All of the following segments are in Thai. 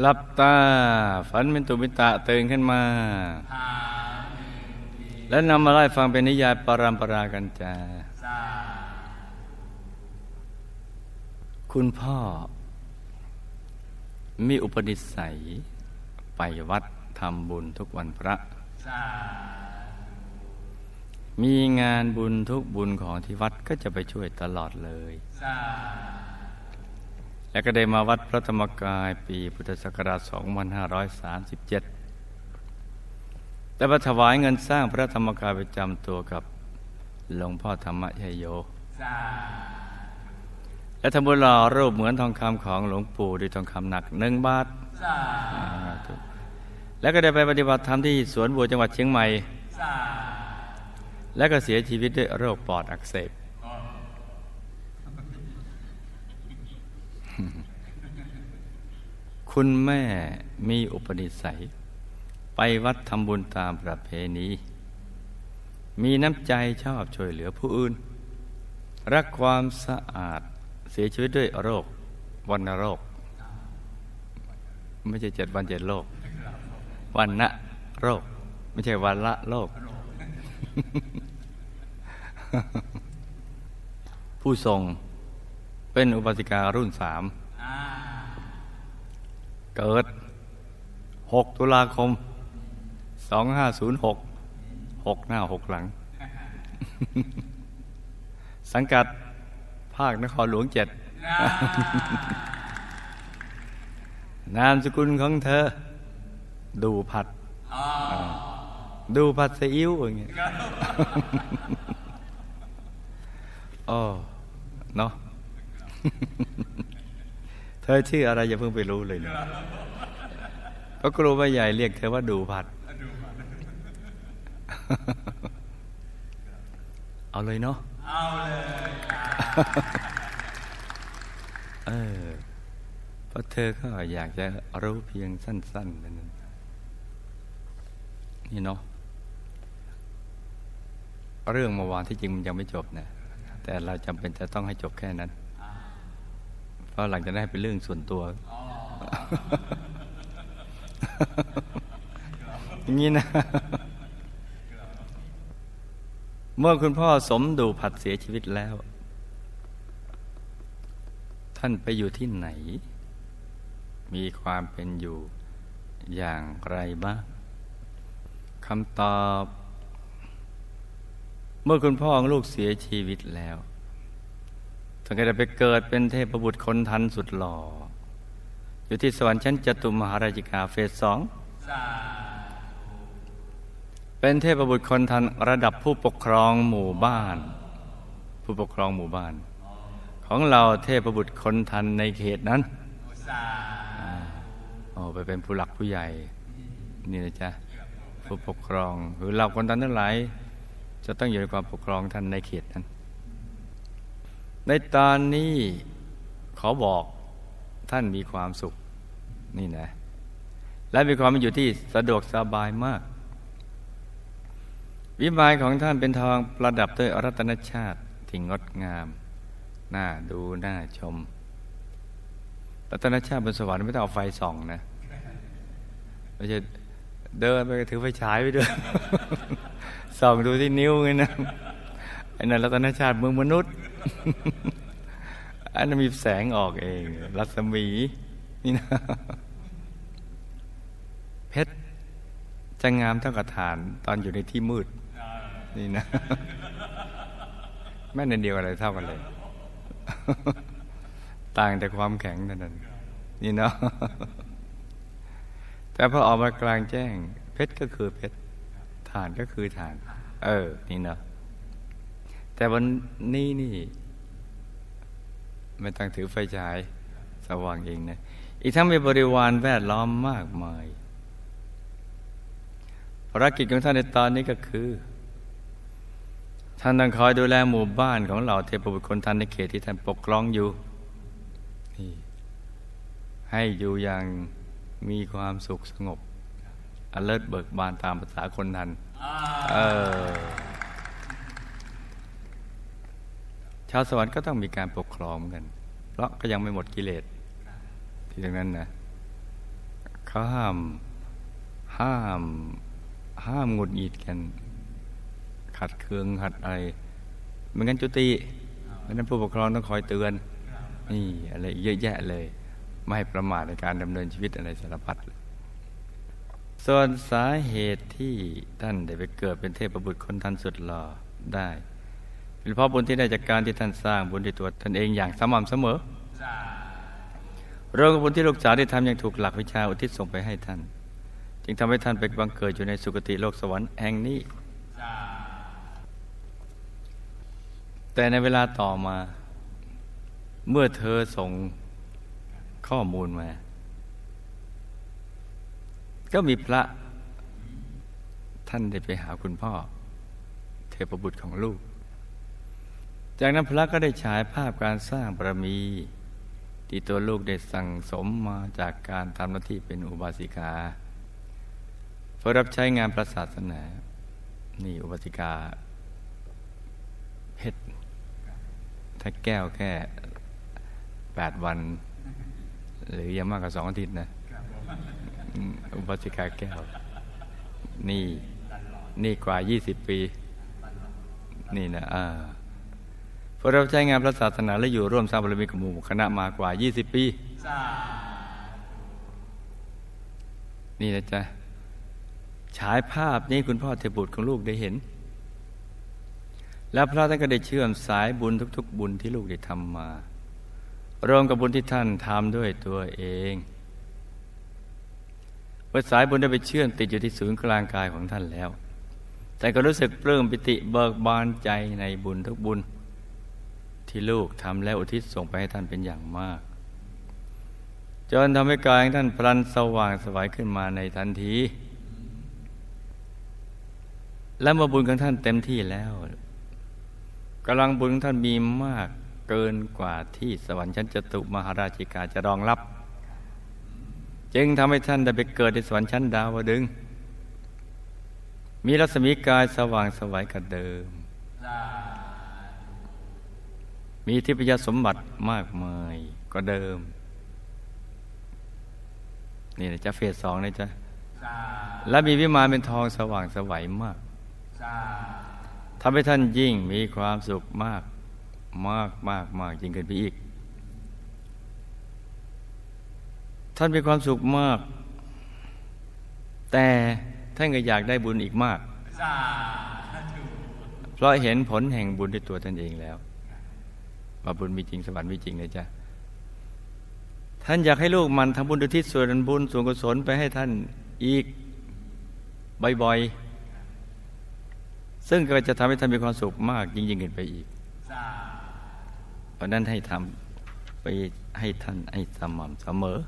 หลับตาฝันเป็นตุมิตะตื่นขึ้นมาแล้วนำมาไล่ฟังเป็นนิยายปรัมปรากันจ้าคุณพ่อมีอุปนิสัยไปวัดทำบุญทุกวันพระมีงานบุญทุกบุญของที่วัดก็จะไปช่วยตลอดเลยแล้วก็ได้มาวัดพระธรรมกายปีพุทธศักราช 2537 แต่มาถวายเงินสร้างพระธรรมกายประจำตัวกับหลวงพ่อธรรมชัยโยและทำบุญหล่อรูปเหมือนทองคำของหลวงปู่ด้วยทองคำหนัก1 บาทแล้วก็ได้ไปปฏิบัติธรรมที่สวนบัวจังหวัดเชียงใหม่และก็เสียชีวิตด้วยโรคปอดอักเสบคุณแม่มีอุปนิสัยไปวัดทำบุญตามประเพณีมีน้ำใจชอบช่วยเหลือผู้อื่นรักความสะอาดเสียชีวิตด้วยโรควัณโรคไม่ใช่7 วัน 7 โรควัณโรคไม่ใช่วันละโรคผู้ทรงเป็นอุบาสิการุ่น 3เกิด6 ตุลาคม 2506 6 หน้า 6 หลัง สังกัดภาคนครหลวง 7 นามสกุลของเธอดูผัดดูผัดซีอิ๊วอย่างเงี้ยอ๋อเนาะเธอชื่ออะไรอย่าเพิ่งไปรู้เลยนะเพราะครูใบใหญ่เรียกเธอว่าดูผัดเอาเลยเนาะเอาเลยเพราะเธอก็อยากจะรู้เพียงสั้นๆนั้นนี่เนาะเรื่องเมื่อวานที่จริงมันยังไม่จบนะแต่เราจำเป็นจะต้องให้จบแค่นั้นเพราะหลังจากนั้นเป็นเรื่องส่วนตัวอย่างนี้นะเมื่อคุณพ่อสมดูผัดเสียชีวิตแล้วท่านไปอยู่ที่ไหนมีความเป็นอยู่อย่างไรบ้างคำตอบเมื่อคุณพ่อของลูกเสียชีวิตแล้วท่านก็ได้ไปเกิดเป็นเทพบุตรคนทันสุดหล่ออยู่ที่สวรรค์ชั้นจตุมหาราชิกาเฟส 2เป็นเทพบุตรคนทันระดับผู้ปกครองหมู่บ้านผู้ปกครองหมู่บ้านของเราเทพบุตรคนทันในเขตนั้นไปเป็นผู้หลักผู้ใหญ่นี่นะจ๊ะผู้ปกครองคือเราคนทันทั้งหลายจะต้องอยู่ในความปกครองท่านในเขตนั้นในตอนนี้ขอบอกท่านมีความสุขนี่นะและมีความเป็นอยู่ที่สะดวกสบายมากวิมานของท่านเป็นทองประดับด้วยรัตนชาติที่งดงามน่าดูน่าชมรัตนชาติบนสวรรค์ไม่ต้องเอาไฟส่องนะไม่ใช่เดินไปถือไฟฉายไปด้วยส่องดูที่นิ้วไงนะไอ้นั่นรัตนชาติเมืองมนุษย์อันนั้นมีแสงออกเองรัศมีนี่นะเพชรจะงามเท่ากับฐานตอนอยู่ในที่มืดนี่นะแม่ในเดียวอะไรเท่ากันเลยต่างแต่ความแข็งเท่านั้นนี่เนาะแต่พอออกมากลางแจ้งเพชรก็คือเพชรฐานก็คือฐานนี่เนาะแต่วันนี้นี่ไม่ต้องถือไฟฉายสว่างเองนะอีกทั้งมีบริวารแวดล้อมมากมายภารกิจของท่านในตอนนี้ก็คือท่านต้องคอยดูแลหมู่บ้านของเราเทพบุตรคนทันในเขตที่ท่านปกครองอยู่นี่ให้อยู่อย่างมีความสุขสงบalertเบิกบานตามภาษาคนทันชาวสวรรค์ก็ต้องมีการปกครองกันเพราะก็ยังไม่หมดกิเลสที่ตรงนั้นนะเขาห้ามหงุดหงิดกันขัดเคืองขัดอะไรไม่งั้นจุติเพราะนั้นผู้ปกครองต้องคอยเตือนนี่อะไรเยอะแยะเลยไม่ให้ประมาทในการดำเนินชีวิตอะไรสารพัดส่วนสาเหตุที่ท่านได้ไปเกิดเป็นเทพบุตรคนทันสุดหล่อได้เป็นเพราะบุญที่ได้จากการที่ท่านสร้างบุญที่ตัวท่านเองอย่างสม่ำเสมอรวมกับบุญที่ลูกสาวได้ทำอย่างถูกหลักวิชาอุทิศส่งไปให้ท่านจึงทำให้ท่านไปบังเกิดอยู่ในสุคติโลกสวรรค์แห่งนี้แต่ในเวลาต่อมาเมื่อเธอส่งข้อมูลมาก็มีพระท่านได้ไปหาคุณพ่อเทพบุตรของลูกจากนั้นพระก็ได้ฉายภาพการสร้างบารมีที่ตัวลูกได้สั่งสมมาจากการทำหน้าที่เป็นอุบาสิกาเพื่อรับใช้งานพระศาสนานี่อุบาสิกาเพชรถ้าแก้วแค่8 วันหรือยังมากกว่า2 อาทิตย์นะอุบาสิกาแก้วนี่กว่า20 ปีนี่นะพอเราใช้งานพระศาสนาและอยู่ร่วมสร้างบารมีกับหมู่คณะมากว่า20 ปีนี่นะจ๊ะฉายภาพนี้คุณพ่อเทพบุตรของลูกได้เห็นแล้วพระท่านก็ได้เชื่อมสายบุญทุกๆบุญที่ลูกได้ทำมารวมกับบุญที่ท่านทำด้วยตัวเองเมื่อสายบุญได้ไปเชื่อมติดอยู่ที่ศูนย์กลางกายของท่านแล้วแต่ก็รู้สึกปลื้มปิติเบิกบานใจในบุญทุกบุญที่ลูกทำแล้วอุทิศส่งไปให้ท่านเป็นอย่างมากจนทำให้กายของท่านพลันสว่างไสวขึ้นมาในทันทีและเมื่อบุญของท่านเต็มที่แล้วกำลังบุญของท่านมีมากเกินกว่าที่สวรรค์ชั้นจตุมหาราชิกาจะรองรับจึงทำให้ท่านได้ไปเกิดในสวรรค์ชั้นดาวดึงส์มีรัศมีกายสว่างไสวกว่าเดิมมีทิพยสมบัติมากมายกว่าเดิมนี่นะจ๊ะเฟส 2นะจ๊ะและมีวิมานเป็นทองสว่างไสวมากทำให้ท่านยิ่งมีความสุขมากยิ่งขึ้นไปอีกท่านมีความสุขมากแต่ท่านก็อยากได้บุญอีกมากเพราะเห็นผลแห่งบุญด้วยตัวท่านเองแล้วว่าบุญมีจริงสวรรค์มีจริงเลยจ้ะท่านอยากให้ลูกมันทำบุญอุทิศส่วนบุญส่วนกุศลไปให้ท่านอีกบ่อยๆซึ่งก็จะทำให้ท่านมีความสุขมากยิ่งขึ้นไปอีกเพราะนั้นให้ทำไปให้ท่านให้สม่ำเสมอ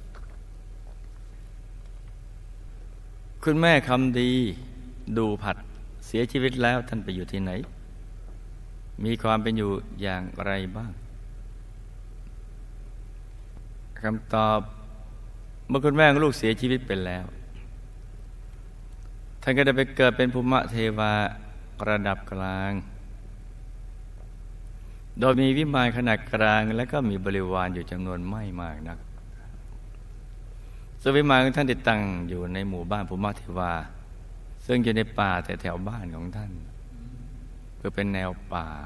คุณแม่คำดีดูผัดเสียชีวิตแล้วท่านไปอยู่ที่ไหนมีความเป็นอยู่อย่างไรบ้างคำตอบเมื่อคุณแม่ของลูกเสียชีวิตไปแล้วท่านก็ได้ไปเกิดเป็นภูมิเทวาระดับกลางโดยมีวิมานขนาดกลางและก็มีบริวารอยู่จำนวนไม่มากนักส่วนวิมานของท่านติดตั้งอยู่ในหมู่บ้านภูมิเทวาซึ่งอยู่ในป่าแต่แถวบ้านของท่านเพื่อเป็นแนวป่า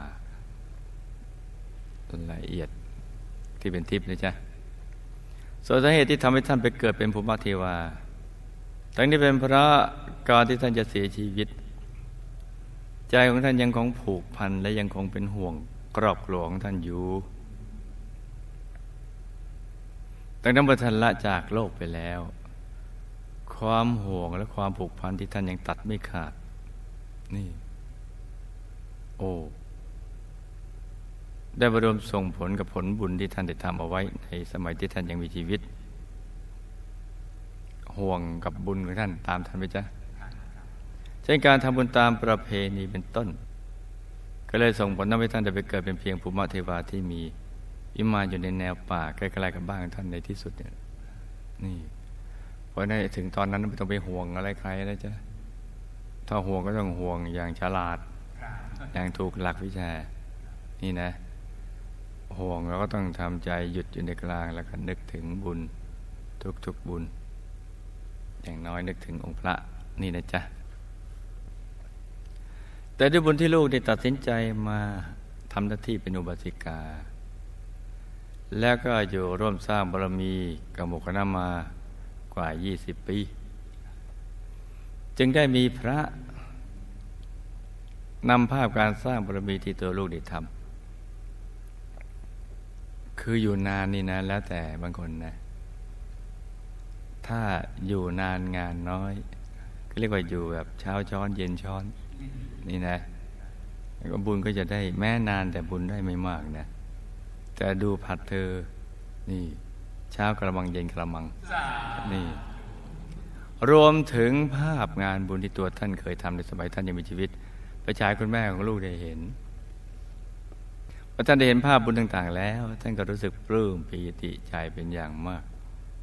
ละเอียดที่เป็นทิพย์นะจ๊ะส่วนสาเหตุที่ทำให้ท่านไปเกิดเป็นภูมิเทวาทั้งนี้เป็นเพราะก่อนที่ท่านจะเสียชีวิตใจของท่านยังคงผูกพันและยังคงเป็นห่วงครอบครัวของท่านอยู่ตั้งแต่เมื่อท่านละจากโลกไปแล้วความห่วงและความผูกพันที่ท่านยังตัดไม่ขาดนี่ได้บรมส่งผลกับผลบุญที่ท่านได้ทำเอาไว้ในสมัยที่ท่านยังมีชีวิตห่วงกับบุญของท่านตามท่านไปจ้ะเช่นการทำบุญตามประเพณีเป็นต้นก็เลยส่งผลทำให้ท่านได้ไปเกิดเป็นเพียงภูมิเทวาที่มีวิมานอยู่ในแนวป่าใกล้ๆกับบ้านท่านในที่สุดเนี่ยนี่เพราะในถึงตอนนั้นไม่ต้องไปห่วงอะไรใครนะจ๊ะถ้าห่วงก็ต้องห่วงอย่างฉลาดอย่างถูกหลักวิชานี่นะห่วงเราก็ต้องทำใจหยุดอยู่ในกลางแล้วก็นึกถึงบุญทุกๆบุญอย่างน้อยนึกถึงองค์พระนี่นะจ๊ะแต่ด้วยบุญที่ลูกได้ตัดสินใจมาทำหน้าที่เป็นอุบาสิกาแล้วก็อยู่ร่วมสร้างบารมีกับหมู่คณะมากว่า20 ปีจึงได้มีพระนำภาพการสร้างบารมีที่ตัวลูกได้ทำคืออยู่นานนี่นะแล้วแต่บางคนนะถ้าอยู่นานงานน้อยก็เรียกว่าอยู่แบบเช้าช้อนเย็นช้อนนี่นะก็บุญก็จะได้แม้นานแต่บุญได้ไม่มากนะแต่ดูผัดเธอนี่เช้ากระมังเย็นกระมังนี่รวมถึงภาพงานบุญที่ตัวท่านเคยทำในสมัยท่านยังมีชีวิตไปฉายคุณแม่ของลูกได้เห็นพอท่านได้เห็นภาพบุญต่างๆแล้วท่านก็รู้สึกปลื้มปีติใจเป็นอย่างมาก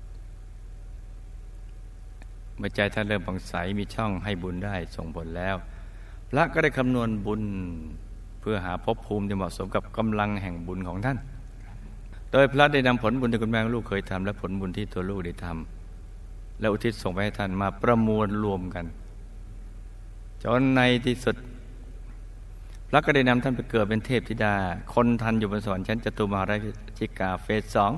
เมื่อใจท่านเริ่มผ่องใสมีช่องให้บุญได้ส่งผลแล้วพระก็ได้คำนวณบุญเพื่อหาภพภูมิที่เหมาะสมกับกำลังแห่งบุญของท่านโดยพระได้นำผลบุญที่คุณแม่ลูกเคยทำและผลบุญที่ตัวลูกได้ทำและอุทิศส่งไปให้ท่านมาประมวลรวมกันจนในที่สุดพระก็ได้นำท่านไปเกิดเป็นเทพธิดาคนทันอยู่บนสวรรค์ชั้นจตุมหาราชิกาเฟส 2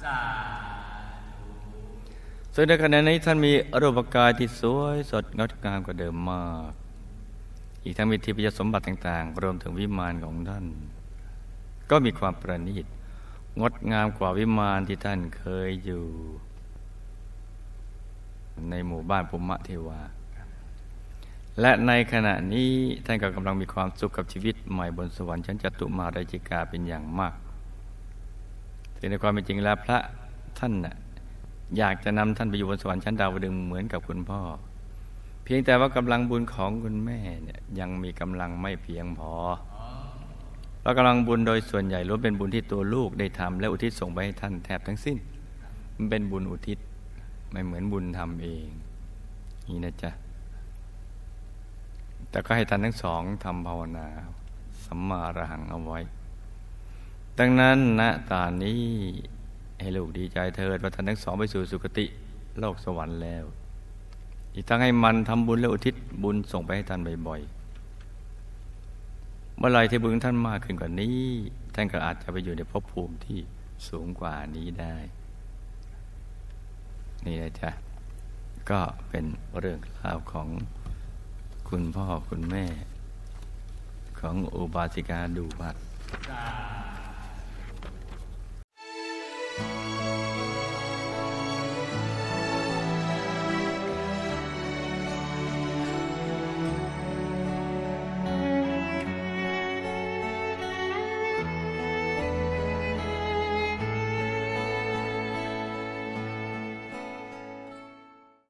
ซึ่งในขณะนี้ท่านมีรูปกายที่สวยสดงดงามกว่าเดิมมากอีกทั้งมีทิพยสมบัติต่างๆรวมถึงวิมานของท่านก็มีความประณีตงดงามกว่าวิมานที่ท่านเคยอยู่ในหมู่บ้านภูมิเทวาและในขณะนี้ท่านก็กำลังมีความสุขกับชีวิตใหม่บนสวรรค์ชั้นจตุมหาราชิกาเป็นอย่างมากซึ่งในความเป็นจริงแล้วพระท่านอยากจะนำท่านไปอยู่บนสวรรค์ชั้นดาวดึงส์เหมือนกับคุณพ่อเพียงแต่ว่ากำลังบุญของคุณแม่เนี่ยยังมีกำลังไม่เพียงพอเพราะกำลังบุญโดยส่วนใหญ่ล้วนเป็นบุญที่ตัวลูกได้ทำและอุทิศส่งไปให้ท่านแทบทั้งสิ้นมันเป็นบุญอุทิศไม่เหมือนบุญทำเองนี่นะจ๊ะแต่ก็ให้ท่านทั้งสองทำภาวนาสัมมาอรหังเอาไว้ดังนั้นณตอนนี้ให้ลูกดีใจเถิดว่าท่านทั้งสองไปสู่สุคติโลกสวรรค์แล้วอีกทั้งให้มันทำบุญและอุทิศบุญส่งไปให้ท่านบ่อยๆเมื่อไรที่บุญท่านมากขึ้นกว่านี้ท่านก็อาจจะไปอยู่ในภพภูมิที่สูงกว่านี้ได้นี่นะจ๊ะก็เป็นเรื่องราวของคุณพ่อคุณแม่ของอุบาสิกาดูวัด